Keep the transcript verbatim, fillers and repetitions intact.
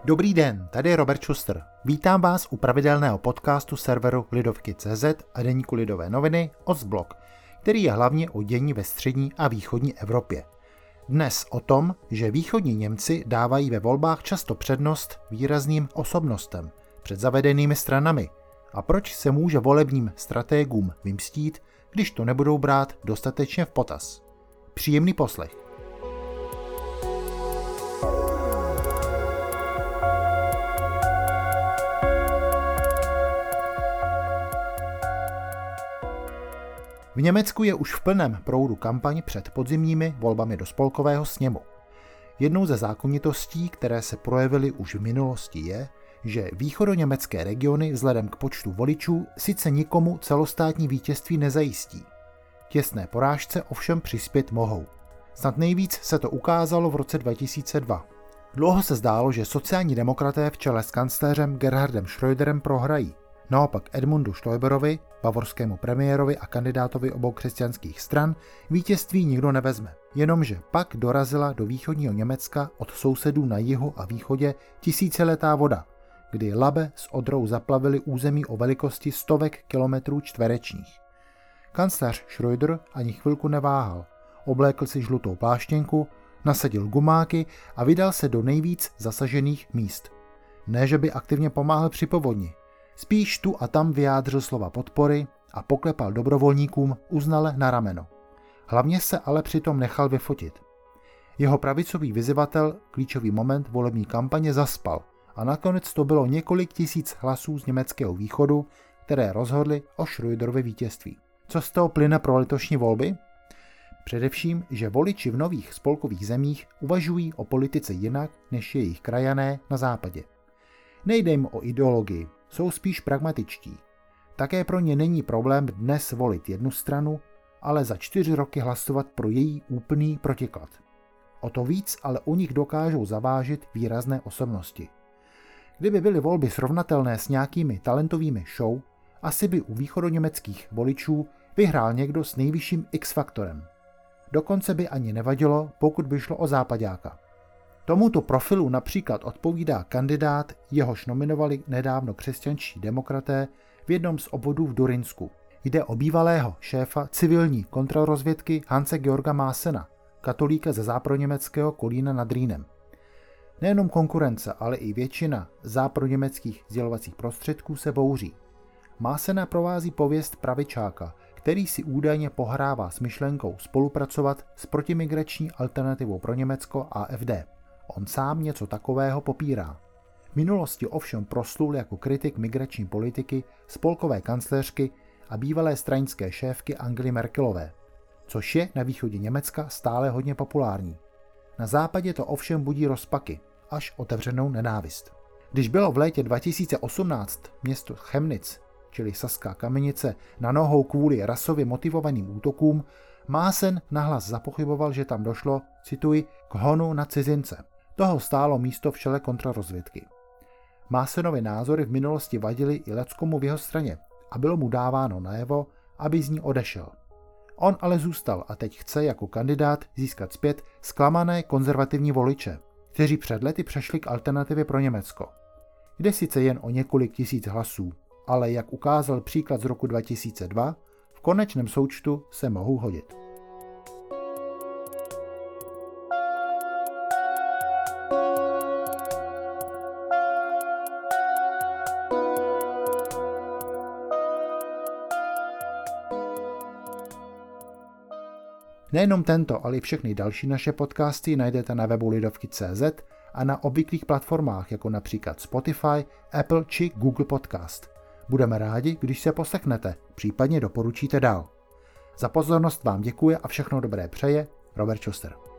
Dobrý den, tady je Robert Schuster. Vítám vás u pravidelného podcastu serveru Lidovky tečka cé zet a deníku Lidové noviny Ostblok, který je hlavně o dění ve střední a východní Evropě. Dnes o tom, že východní Němci dávají ve volbách často přednost výrazným osobnostem před zavedenými stranami a proč se může volebním stratégům vymstít, když to nebudou brát dostatečně v potaz. Příjemný poslech. V Německu je už v plném proudu kampaň před podzimními volbami do spolkového sněmu. Jednou ze zákonitostí, které se projevily už v minulosti, je, že východoněmecké regiony vzhledem k počtu voličů sice nikomu celostátní vítězství nezajistí. K těsné porážce ovšem přispět mohou. Snad nejvíc se to ukázalo v roce dva tisíce dva. Dlouho se zdálo, že sociální demokraté v čele s kancléřem Gerhardem Schröderem prohrají. Naopak Edmundu Stoiberovi, bavorskému premiérovi a kandidátovi obou křesťanských stran, vítězství nikdo nevezme. Jenomže pak dorazila do východního Německa od sousedů na jihu a východě tisíciletá voda, kdy Labe s Odrou zaplavili území o velikosti stovek kilometrů čtverečních. Kancléř Schröder ani chvilku neváhal. Oblékl si žlutou pláštěnku, nasadil gumáky a vydal se do nejvíc zasažených míst. Ne, že by aktivně pomáhal při povodni. Spíš tu a tam vyjádřil slova podpory a poklepal dobrovolníkům uznale na rameno. Hlavně se ale přitom nechal vyfotit. Jeho pravicový vyzývatel klíčový moment volební kampaně zaspal a nakonec to bylo několik tisíc hlasů z německého východu, které rozhodly o Schröderově vítězství. Co z toho plyne pro letošní volby? Především, že voliči v nových spolkových zemích uvažují o politice jinak než jejich krajané na západě. Nejde jim o ideologii, jsou spíš pragmatičtí. Také pro ně není problém dnes volit jednu stranu, ale za čtyři roky hlasovat pro její úplný protiklad. O to víc ale u nich dokážou zavážit výrazné osobnosti. Kdyby byly volby srovnatelné s nějakými talentovými show, asi by u východoněmeckých voličů vyhrál někdo s nejvyšším X-faktorem. Dokonce by ani nevadilo, pokud by šlo o zápaďáka. Tomuto profilu například odpovídá kandidát, jehož nominovali nedávno křesťanští demokraté v jednom z obvodů v Durinsku. Jde o bývalého šéfa civilní kontrarozvědky Hanse Georga Maassena, katolíka ze západoněmeckého Kolína nad Rýnem. Nejenom konkurence, ale i většina západoněmeckých sdělovacích prostředků se bouří. Maassena provází pověst pravičáka, který si údajně pohrává s myšlenkou spolupracovat s protimigrační alternativou pro Německo A F D. On sám něco takového popírá. V minulosti ovšem proslul jako kritik migrační politiky spolkové kancléřky a bývalé stranické šéfky Angely Merkelové, což je na východě Německa stále hodně populární. Na západě to ovšem budí rozpaky, až otevřenou nenávist. Když bylo v létě dva tisíce osmnáct město Chemnitz, čili Saská Kamenice, na nohou kvůli rasově motivovaným útokům, Maassen nahlas zapochyboval, že tam došlo, cituji, k honu na cizince. Toho stálo místo v čele kontrarozvědky. Maassenovi názory v minulosti vadily i leckomu v jeho straně a bylo mu dáváno najevo, aby z ní odešel. On ale zůstal a teď chce jako kandidát získat zpět zklamané konzervativní voliče, kteří před lety přešli k alternativě pro Německo. Jde sice jen o několik tisíc hlasů, ale jak ukázal příklad z roku dva tisíce dva, v konečném součtu se mohou hodit. Nejenom tento, ale i všechny další naše podcasty najdete na webu Lidovky tečka cé zet a na obvyklých platformách, jako například Spotify, Apple či Google Podcast. Budeme rádi, když se poslechnete, případně doporučíte dál. Za pozornost vám děkuje a všechno dobré přeje Robert Schuster.